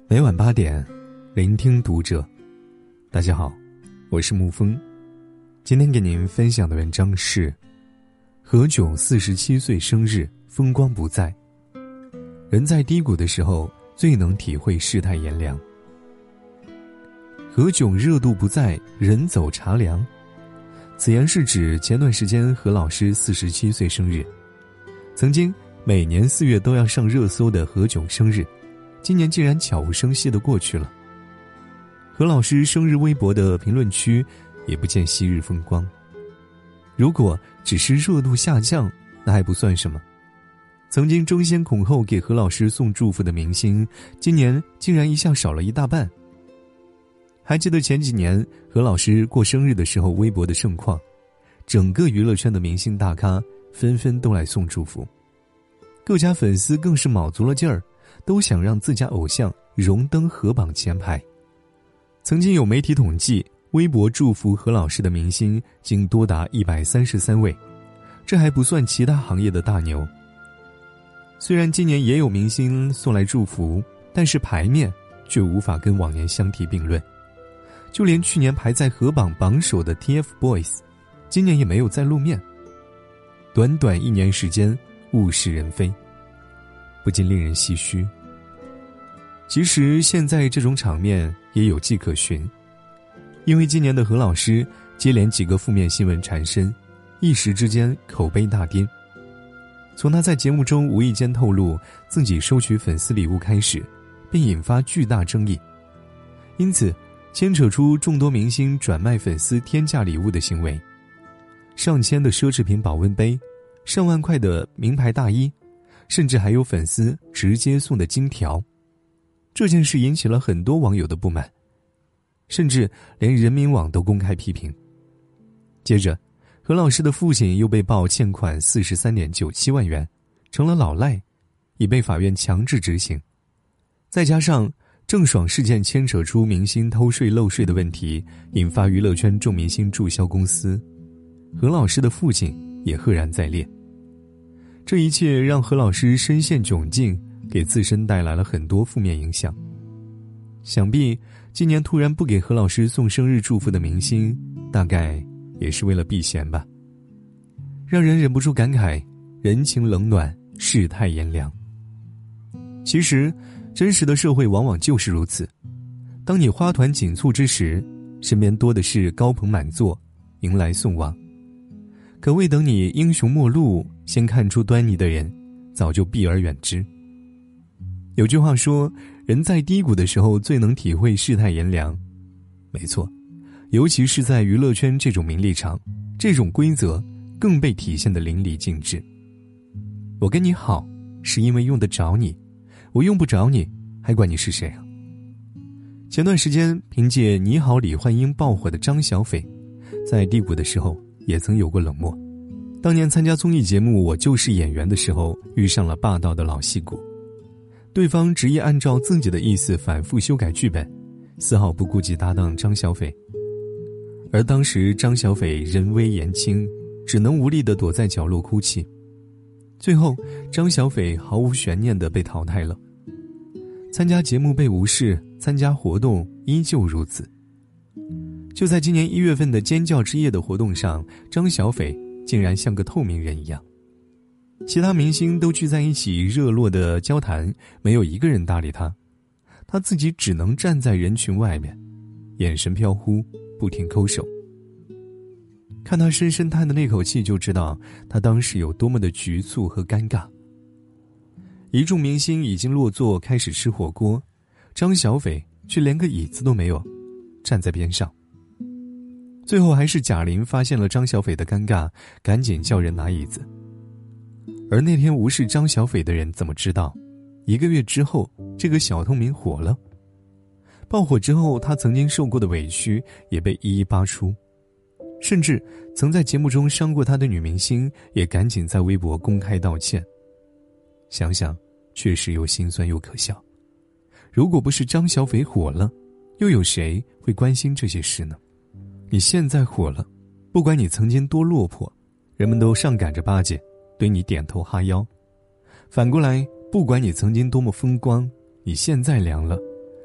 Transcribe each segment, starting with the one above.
每晚8点，聆听读者。大家好，我是沐风。今天给您分享的文章是何炅47岁生日，风光不再。人在低谷的时候，最能体会世态炎凉。何炅热度不在，人走茶凉。此言是指前段时间何老师47岁生日。曾经每年4月都要上热搜的何炅生日，今年竟然悄无声息地过去了。何老师生日微博的评论区也不见昔日风光。如果只是热度下降，那还不算什么。曾经争先恐后给何老师送祝福的明星，今年竟然一下少了一大半。还记得前几年何老师过生日的时候微博的盛况，整个娱乐圈的明星大咖纷纷都来送祝福，各家粉丝更是卯足了劲儿，都想让自家偶像荣登何榜前排。曾经有媒体统计，微博祝福何老师的明星竟多达133位，这还不算其他行业的大牛。虽然今年也有明星送来祝福，但是排面却无法跟往年相提并论。就连去年排在何榜榜首的 TFBOYS， 今年也没有再露面。短短1年时间，物是人非，不禁令人唏嘘。其实现在这种场面也有迹可循，因为今年的何老师接连几个负面新闻缠身，一时之间口碑大跌。从他在节目中无意间透露自己收取粉丝礼物开始，便引发巨大争议，因此牵扯出众多明星转卖粉丝天价礼物的行为，上千的奢侈品保温杯，上万块的名牌大衣，甚至还有粉丝直接送的金条。这件事引起了很多网友的不满，甚至连人民网都公开批评。接着何老师的父亲又被曝欠款43.97万元，成了老赖，已被法院强制执行。再加上郑爽事件牵扯出明星偷税漏税的问题，引发娱乐圈众明星注销公司，何老师的父亲也赫然在列。这一切让何老师深陷窘境，给自身带来了很多负面影响。想必今年突然不给何老师送生日祝福的明星，大概也是为了避嫌吧。让人忍不住感慨，人情冷暖，世态炎凉。其实真实的社会往往就是如此，当你花团锦簇之时，身边多的是高朋满座，迎来送往。可未等你英雄末路，先看出端倪的人早就避而远之。有句话说，人在低谷的时候最能体会世态炎凉。没错，尤其是在娱乐圈这种名利场，这种规则更被体现得淋漓尽致。我跟你好是因为用得着你，我用不着你还管你是谁啊。前段时间凭借你好李焕英爆火的张小斐，在低谷的时候也曾有过冷漠。当年参加综艺节目《我就是演员》的时候，遇上了霸道的老戏骨，对方执意按照自己的意思反复修改剧本，丝毫不顾及搭档张小斐。而当时张小斐人微言轻，只能无力地躲在角落哭泣。最后张小斐毫无悬念地被淘汰了。参加节目被无视，参加活动依旧如此。就在今年1月份的尖叫之夜的活动上，张小斐竟然像个透明人一样，其他明星都聚在一起热络的交谈，没有一个人搭理他，他自己只能站在人群外面，眼神飘忽，不停抠手。看他深深叹的那口气，就知道他当时有多么的局促和尴尬。一众明星已经落座开始吃火锅，张小斐却连个椅子都没有，站在边上。最后还是贾玲发现了张小斐的尴尬，赶紧叫人拿椅子。而那天无视张小斐的人怎么知道1个月之后这个小透明火了。爆火之后，他曾经受过的委屈也被一一扒出，甚至曾在节目中伤过他的女明星也赶紧在微博公开道歉。想想确实又心酸又可笑。如果不是张小斐火了，又有谁会关心这些事呢？你现在火了，不管你曾经多落魄，人们都上赶着巴结，对你点头哈腰。反过来，不管你曾经多么风光，你现在凉了，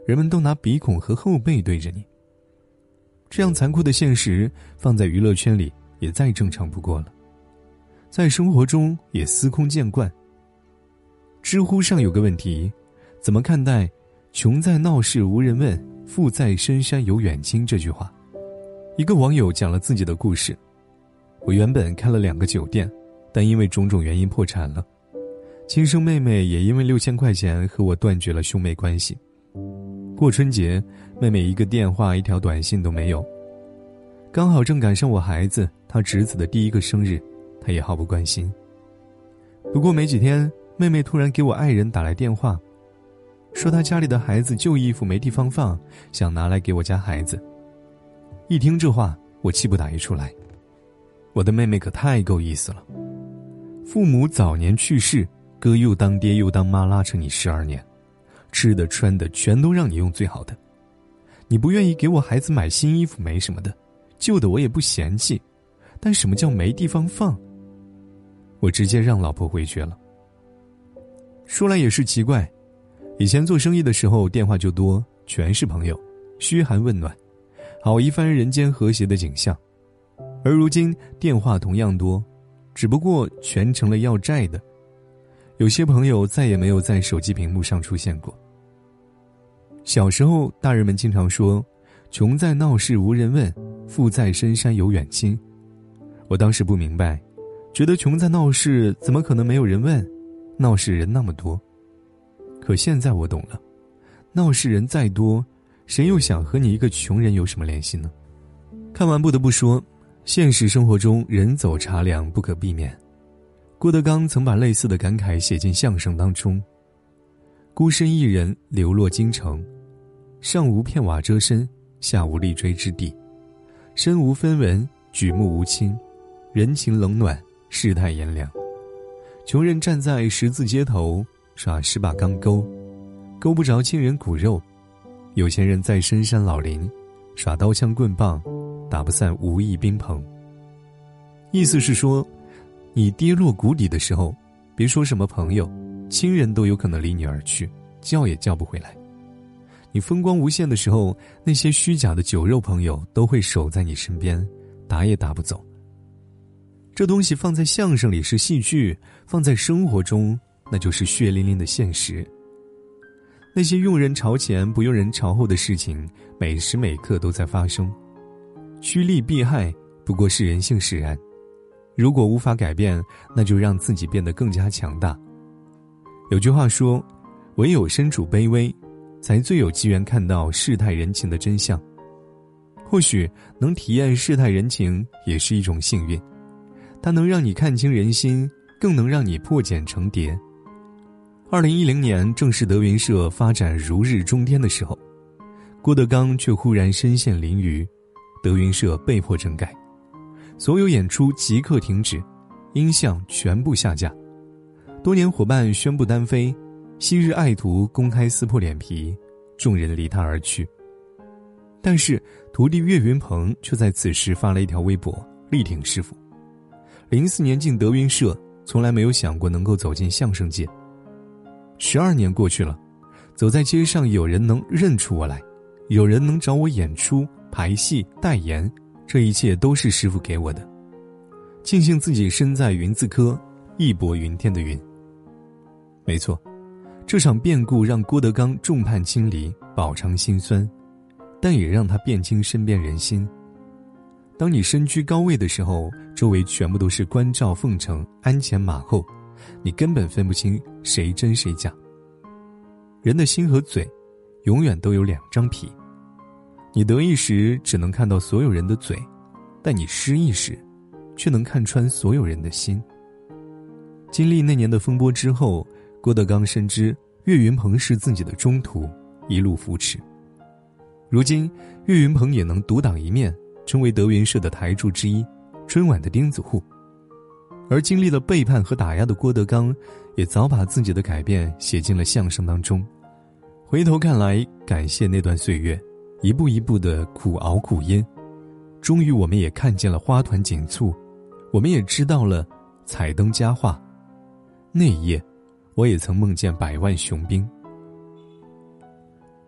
人们都拿鼻孔和后背对着你。这样残酷的现实放在娱乐圈里也再正常不过了，在生活中也司空见惯。知乎上有个问题，怎么看待穷在闹市无人问，富在深山有远亲这句话？一个网友讲了自己的故事。我原本开了2个酒店，但因为种种原因破产了。亲生妹妹也因为6000块钱和我断绝了兄妹关系。过春节，妹妹一个电话一条短信都没有。刚好正赶上我孩子他侄子的第1个生日，她也毫不关心。不过没几天，妹妹突然给我爱人打来电话，说她家里的孩子旧衣服没地方放，想拿来给我家孩子。一听这话，我气不打一处来。我的妹妹可太够意思了，父母早年去世，哥又当爹又当妈拉扯你12年，吃的穿的全都让你用最好的。你不愿意给我孩子买新衣服没什么的，旧的我也不嫌弃，但什么叫没地方放？我直接让老婆回绝了。说来也是奇怪，以前做生意的时候电话就多，全是朋友，嘘寒问暖，好一番人间和谐的景象。而如今电话同样多，只不过全成了要债的。有些朋友再也没有在手机屏幕上出现过。小时候大人们经常说，穷在闹市无人问，富在深山有远亲。我当时不明白，觉得穷在闹市怎么可能没有人问，闹市人那么多。可现在我懂了，闹市人再多，谁又想和你一个穷人有什么联系呢？看完不得不说，现实生活中人走茶凉不可避免。郭德纲曾把类似的感慨写进相声当中。孤身一人流落京城，上无片瓦遮身，下无立锥之地，身无分文，举目无亲，人情冷暖，世态炎凉。穷人站在十字街头，耍10把钢钩，勾不着亲人骨肉；有钱人在深山老林，耍刀枪棍棒，打不散无义宾朋。意思是说，你跌落谷底的时候，别说什么朋友，亲人都有可能离你而去，叫也叫不回来。你风光无限的时候，那些虚假的酒肉朋友都会守在你身边，打也打不走。这东西放在相声里是戏剧，放在生活中那就是血淋淋的现实。那些用人朝前不用人朝后的事情，每时每刻都在发生。趋利避害不过是人性使然，如果无法改变，那就让自己变得更加强大。有句话说，唯有身处卑微，才最有机缘看到世态人情的真相。或许能体验世态人情也是一种幸运，它能让你看清人心，更能让你破茧成蝶。2010年正是德云社发展如日中天的时候，郭德纲却忽然身陷囹圄，德云社被迫整改，所有演出即刻停止，音像全部下架。多年伙伴宣布单飞，昔日爱徒公开撕破脸皮，众人离他而去。但是徒弟岳云鹏却在此时发了一条微博，力挺师傅。04年进德云社，从来没有想过能够走进相声界。12年过去了，走在街上有人能认出我来，有人能找我演出、排戏、代言，这一切都是师傅给我的。庆幸自己身在云字科，义薄云天的云。没错，这场变故让郭德纲众叛亲离，饱尝辛酸，但也让他辨清身边人心。当你身居高位的时候，周围全部都是关照奉承、鞍前马后，你根本分不清谁真谁假。人的心和嘴永远都有2张皮，你得意时只能看到所有人的嘴，但你失意时却能看穿所有人的心。经历那年的风波之后，郭德纲深知岳云鹏是自己的中途，一路扶持。如今岳云鹏也能独当一面，成为德云社的台柱之一，春晚的钉子户。而经历了背叛和打压的郭德纲，也早把自己的改变写进了相声当中。回头看来，感谢那段岁月，一步一步的苦熬苦咽，终于我们也看见了花团锦簇，我们也知道了彩灯佳话。那一夜，我也曾梦见100万雄兵。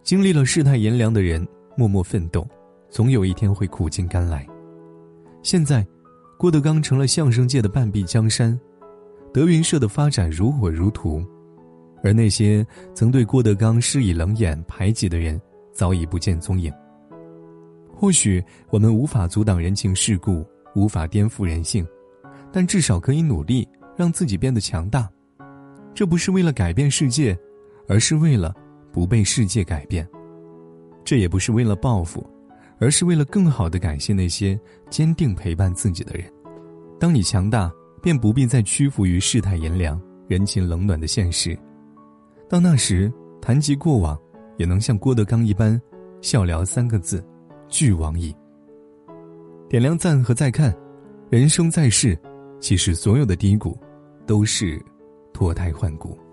经历了世态炎凉的人默默奋斗，总有一天会苦尽甘来。现在郭德纲成了相声界的半壁江山，德云社的发展如火如荼，而那些曾对郭德纲施以冷眼排挤的人早已不见踪影。或许我们无法阻挡人情世故，无法颠覆人性，但至少可以努力让自己变得强大。这不是为了改变世界，而是为了不被世界改变。这也不是为了报复，而是为了更好地感谢那些坚定陪伴自己的人。当你强大，便不必再屈服于世态炎凉、人情冷暖的现实。到那时，谈及过往，也能像郭德纲一般，笑聊3个字：俱往矣。点亮赞和再看，人生在世，其实所有的低谷，都是脱胎换骨。